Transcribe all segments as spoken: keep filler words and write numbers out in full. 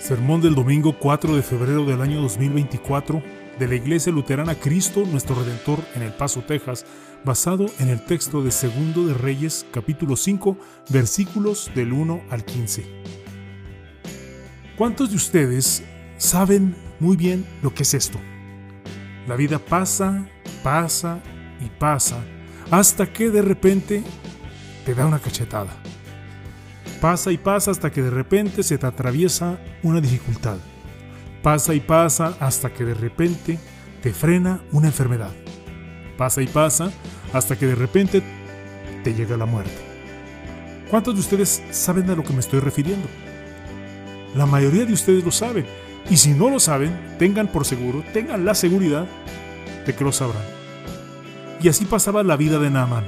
Sermón del domingo cuatro de febrero del año dos mil veinticuatro de la Iglesia Luterana Cristo Nuestro Redentor en El Paso, Texas, basado en el texto de Segundo de Reyes, capítulo cinco, versículos del uno al quince. ¿Cuántos de ustedes saben muy bien lo que es esto? La vida pasa, pasa y pasa, hasta que de repente te da una cachetada. Pasa y pasa hasta que de repente se te atraviesa una dificultad. Pasa y pasa hasta que de repente te frena una enfermedad. Pasa y pasa hasta que de repente te llega la muerte. ¿Cuántos de ustedes saben a lo que me estoy refiriendo? La mayoría de ustedes lo saben. Y si no lo saben, tengan por seguro, tengan la seguridad de que lo sabrán. Y así pasaba la vida de Naamán.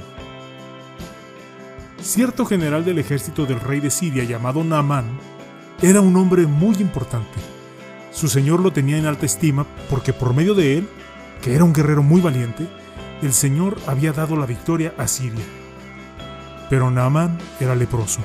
Cierto general del ejército del rey de Siria llamado Naamán era un hombre muy importante. Su señor lo tenía en alta estima porque por medio de él, que era un guerrero muy valiente, el Señor había dado la victoria a Siria. Pero Naamán era leproso.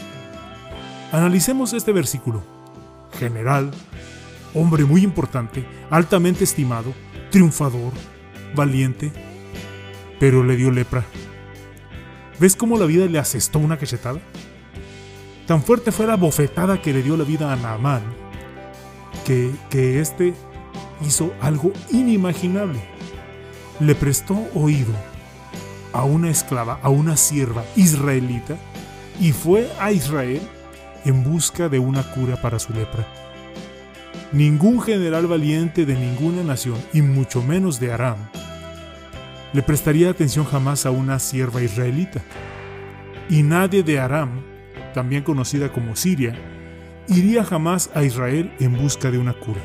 Analicemos este versículo. General, hombre muy importante, altamente estimado, triunfador, valiente, pero le dio lepra. ¿Ves cómo la vida le asestó una cachetada? Tan fuerte fue la bofetada que le dio la vida a Naamán, que, que éste hizo algo inimaginable. Le prestó oído a una esclava, a una sierva israelita, y fue a Israel en busca de una cura para su lepra. Ningún general valiente de ninguna nación, y mucho menos de Aram, le prestaría atención jamás a una sierva israelita. Y nadie de Aram, también conocida como Siria, iría jamás a Israel en busca de una cura.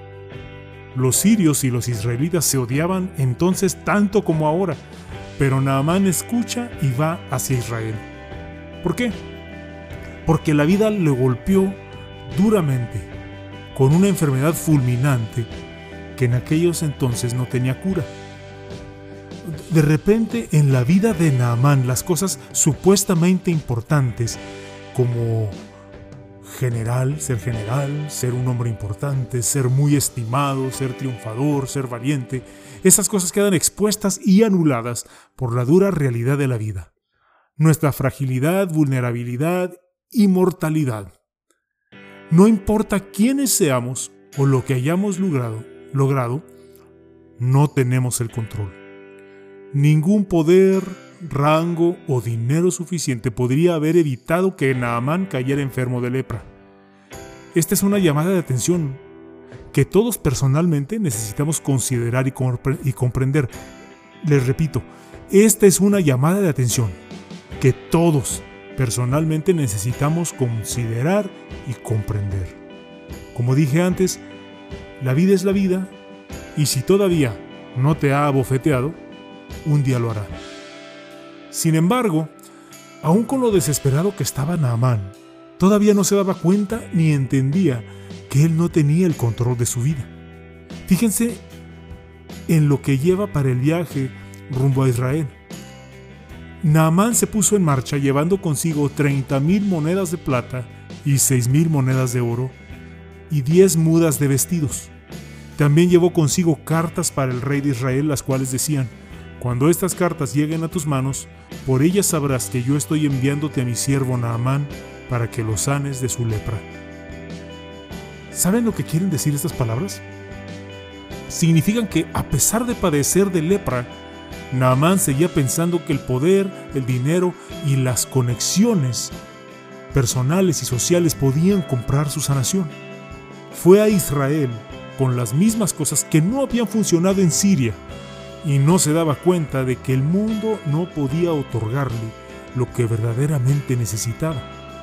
Los sirios y los israelitas se odiaban entonces tanto como ahora, pero Naamán escucha y va hacia Israel. ¿Por qué? Porque la vida le golpeó duramente con una enfermedad fulminante que en aquellos entonces no tenía cura. De repente en la vida de Naamán las cosas supuestamente importantes como general, ser general, ser un hombre importante, ser muy estimado, ser triunfador, ser valiente, esas cosas quedan expuestas y anuladas por la dura realidad de la vida. Nuestra fragilidad, vulnerabilidad y mortalidad. No importa quiénes seamos o lo que hayamos logrado, logrado, no tenemos el control. Ningún poder, rango o dinero suficiente podría haber evitado que Naamán cayera enfermo de lepra. Esta es una llamada de atención que todos personalmente necesitamos considerar y, compre- y comprender. Les repito, esta es una llamada de atención que todos personalmente necesitamos considerar y comprender. Como dije antes, la vida es la vida y si todavía no te ha abofeteado, un día lo hará. Sin embargo, aun con lo desesperado que estaba Naamán, todavía no se daba cuenta ni entendía que él no tenía el control de su vida. Fíjense en lo que lleva para el viaje rumbo a Israel. Naamán se puso en marcha llevando consigo treinta mil monedas de plata y seis mil monedas de oro y diez mudas de vestidos. También llevó consigo cartas para el rey de Israel, las cuales decían: cuando estas cartas lleguen a tus manos, por ellas sabrás que yo estoy enviándote a mi siervo Naamán para que lo sanes de su lepra. ¿Saben lo que quieren decir estas palabras? Significan que a pesar de padecer de lepra, Naamán seguía pensando que el poder, el dinero y las conexiones personales y sociales podían comprar su sanación. Fue a Israel con las mismas cosas que no habían funcionado en Siria, y no se daba cuenta de que el mundo no podía otorgarle lo que verdaderamente necesitaba.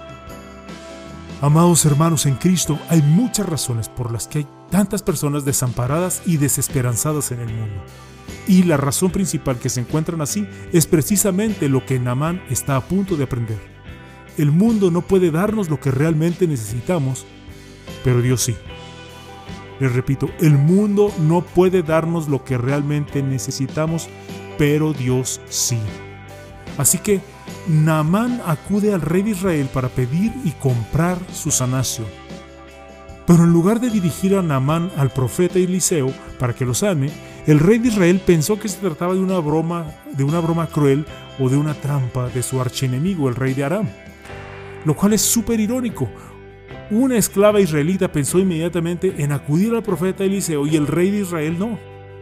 Amados hermanos en Cristo, hay muchas razones por las que hay tantas personas desamparadas y desesperanzadas en el mundo. Y la razón principal que se encuentran así es precisamente lo que Naamán está a punto de aprender. El mundo no puede darnos lo que realmente necesitamos, pero Dios sí. Les repito, el mundo no puede darnos lo que realmente necesitamos, pero Dios sí. Así que Naamán acude al rey de Israel para pedir y comprar su sanación. Pero en lugar de dirigir a Naamán al profeta Eliseo para que lo sane, el rey de Israel pensó que se trataba de una broma, de una broma cruel o de una trampa de su archienemigo, el rey de Aram. Lo cual es súper irónico. Una esclava israelita pensó inmediatamente en acudir al profeta Eliseo y el rey de Israel no.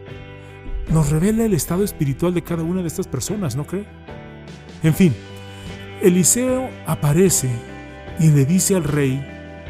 Nos revela el estado espiritual de cada una de estas personas, ¿no cree? En fin, Eliseo aparece y le dice al rey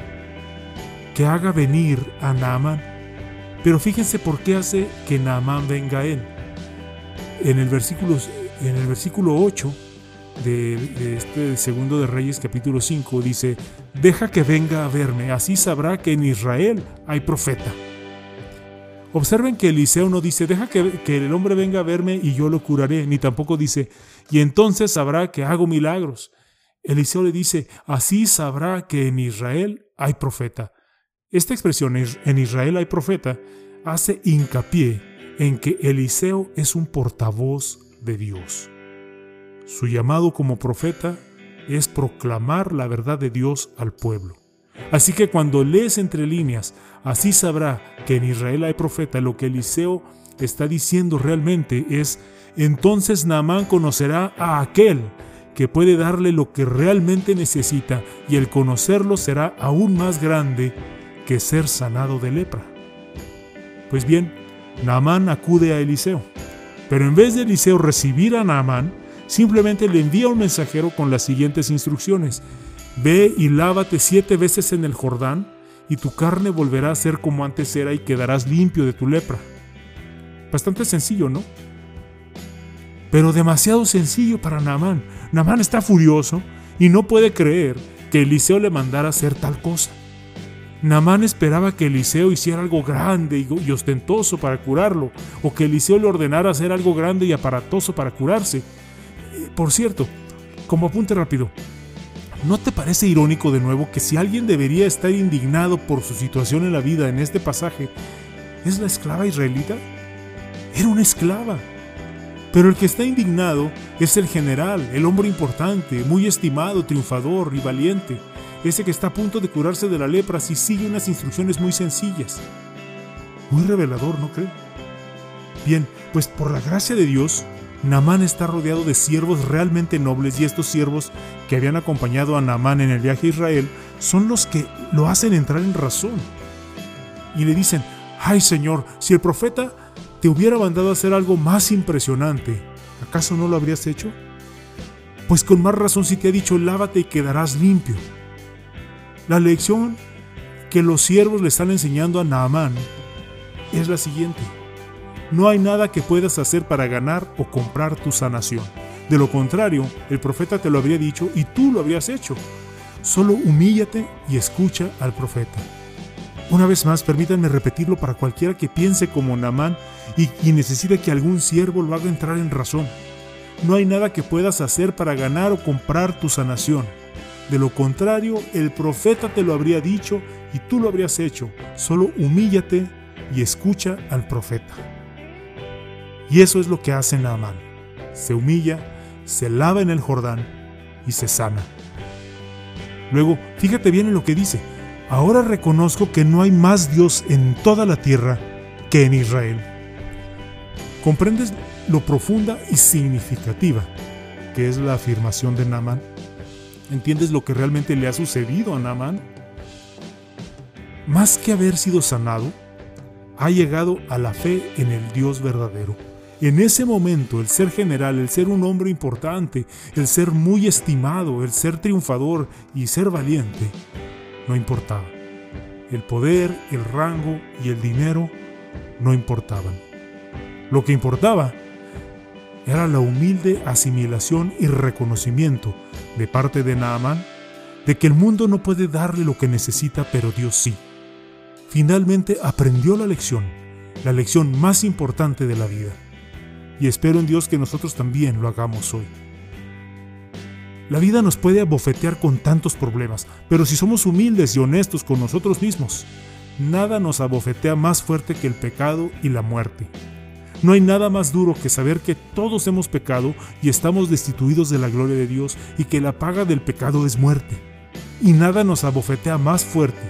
que haga venir a Naamán. Pero fíjense por qué hace que Naamán venga a él. En el versículo, en el versículo ocho de, de este segundo de Reyes capítulo cinco dice: deja que venga a verme, así sabrá que en Israel hay profeta. Observen que Eliseo no dice: deja que, que el hombre venga a verme y yo lo curaré, ni tampoco dice: y entonces sabrá que hago milagros. Eliseo le dice: así sabrá que en Israel hay profeta. Esta expresión, en Israel hay profeta, hace hincapié en que Eliseo es un portavoz de Dios. Su llamado como profeta es proclamar la verdad de Dios al pueblo. Así que cuando lees entre líneas, así sabrá que en Israel hay profeta, lo que Eliseo está diciendo realmente es: entonces Naamán conocerá a aquel que puede darle lo que realmente necesita, y el conocerlo será aún más grande que ser sanado de lepra. Pues bien, Naamán acude a Eliseo, pero en vez de Eliseo recibir a Naamán, simplemente le envía un mensajero con las siguientes instrucciones: ve y lávate siete veces en el Jordán, y tu carne volverá a ser como antes era y quedarás limpio de tu lepra. Bastante sencillo, ¿no? Pero demasiado sencillo para Naamán. Naamán está furioso y no puede creer que Eliseo le mandara hacer tal cosa. Naamán esperaba que Eliseo hiciera algo grande y ostentoso para curarlo, o que Eliseo le ordenara hacer algo grande y aparatoso para curarse. Por cierto, como apunte rápido, ¿no te parece irónico de nuevo que si alguien debería estar indignado por su situación en la vida en este pasaje, es la esclava israelita? Era una esclava. Pero el que está indignado es el general, el hombre importante, muy estimado, triunfador y valiente. Ese que está a punto de curarse de la lepra si sigue unas instrucciones muy sencillas. Muy revelador, ¿no cree? Bien, pues por la gracia de Dios, Naamán está rodeado de siervos realmente nobles, y estos siervos que habían acompañado a Naamán en el viaje a Israel son los que lo hacen entrar en razón. Y le dicen: ¡ay, Señor, si el profeta te hubiera mandado a hacer algo más impresionante, ¿acaso no lo habrías hecho? Pues con más razón si te ha dicho: lávate y quedarás limpio. La lección que los siervos le están enseñando a Naamán es la siguiente: no hay nada que puedas hacer para ganar o comprar tu sanación. De lo contrario, el profeta te lo habría dicho y tú lo habrías hecho. Solo humíllate y escucha al profeta. Una vez más, permítanme repetirlo para cualquiera que piense como Naamán y, y necesite que algún siervo lo haga entrar en razón. No hay nada que puedas hacer para ganar o comprar tu sanación. De lo contrario, el profeta te lo habría dicho y tú lo habrías hecho. Solo humíllate y escucha al profeta. Y eso es lo que hace Naamán. Se humilla, se lava en el Jordán y se sana. Luego, fíjate bien en lo que dice: ahora reconozco que no hay más Dios en toda la tierra que en Israel. ¿Comprendes lo profunda y significativa que es la afirmación de Naamán? ¿Entiendes lo que realmente le ha sucedido a Naamán? Más que haber sido sanado, ha llegado a la fe en el Dios verdadero. En ese momento, el ser general, el ser un hombre importante, el ser muy estimado, el ser triunfador y ser valiente, no importaba. El poder, el rango y el dinero no importaban. Lo que importaba era la humilde asimilación y reconocimiento de parte de Naamán de que el mundo no puede darle lo que necesita, pero Dios sí. Finalmente aprendió la lección, la lección más importante de la vida. Y espero en Dios que nosotros también lo hagamos hoy. La vida nos puede abofetear con tantos problemas, pero si somos humildes y honestos con nosotros mismos, nada nos abofetea más fuerte que el pecado y la muerte. No hay nada más duro que saber que todos hemos pecado y estamos destituidos de la gloria de Dios y que la paga del pecado es muerte. Y nada nos abofetea más fuerte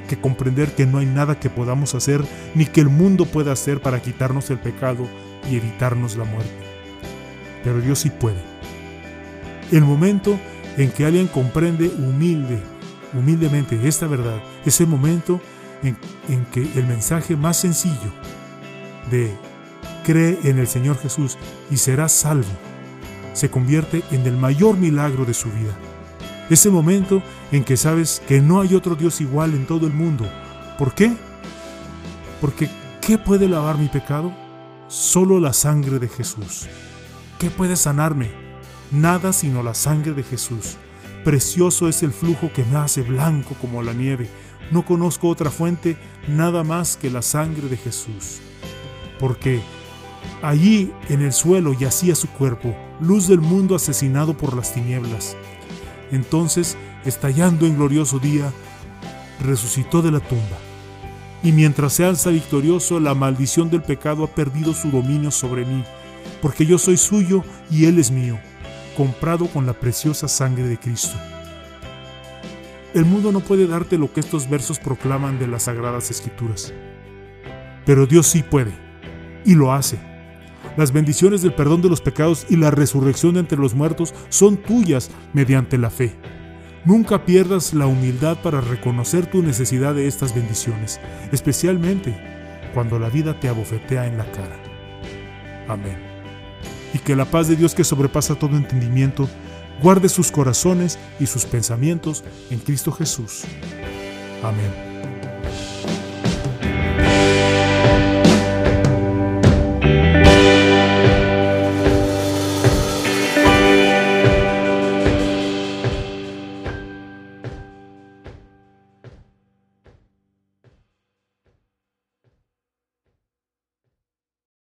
que comprender que no hay nada que podamos hacer ni que el mundo pueda hacer para quitarnos el pecado y evitarnos la muerte. Pero Dios sí puede. El momento en que alguien comprende humilde, humildemente esta verdad, es el momento en, en que el mensaje más sencillo de cree en el Señor Jesús y serás salvo se convierte en el mayor milagro de su vida. Es el momento en que sabes que no hay otro Dios igual en todo el mundo. ¿Por qué? Porque ¿qué puede lavar mi pecado? Solo la sangre de Jesús. ¿Qué puede sanarme? Nada sino la sangre de Jesús. Precioso es el flujo que me hace blanco como la nieve. No conozco otra fuente, nada más que la sangre de Jesús. Porque allí en el suelo yacía su cuerpo, luz del mundo asesinado por las tinieblas. Entonces, estallando en glorioso día, resucitó de la tumba. Y mientras se alza victorioso, la maldición del pecado ha perdido su dominio sobre mí, porque yo soy suyo y Él es mío, comprado con la preciosa sangre de Cristo. El mundo no puede darte lo que estos versos proclaman de las Sagradas Escrituras. Pero Dios sí puede, y lo hace. Las bendiciones del perdón de los pecados y la resurrección de entre los muertos son tuyas mediante la fe. Nunca pierdas la humildad para reconocer tu necesidad de estas bendiciones, especialmente cuando la vida te abofetea en la cara. Amén. Y que la paz de Dios, que sobrepasa todo entendimiento, guarde sus corazones y sus pensamientos en Cristo Jesús. Amén.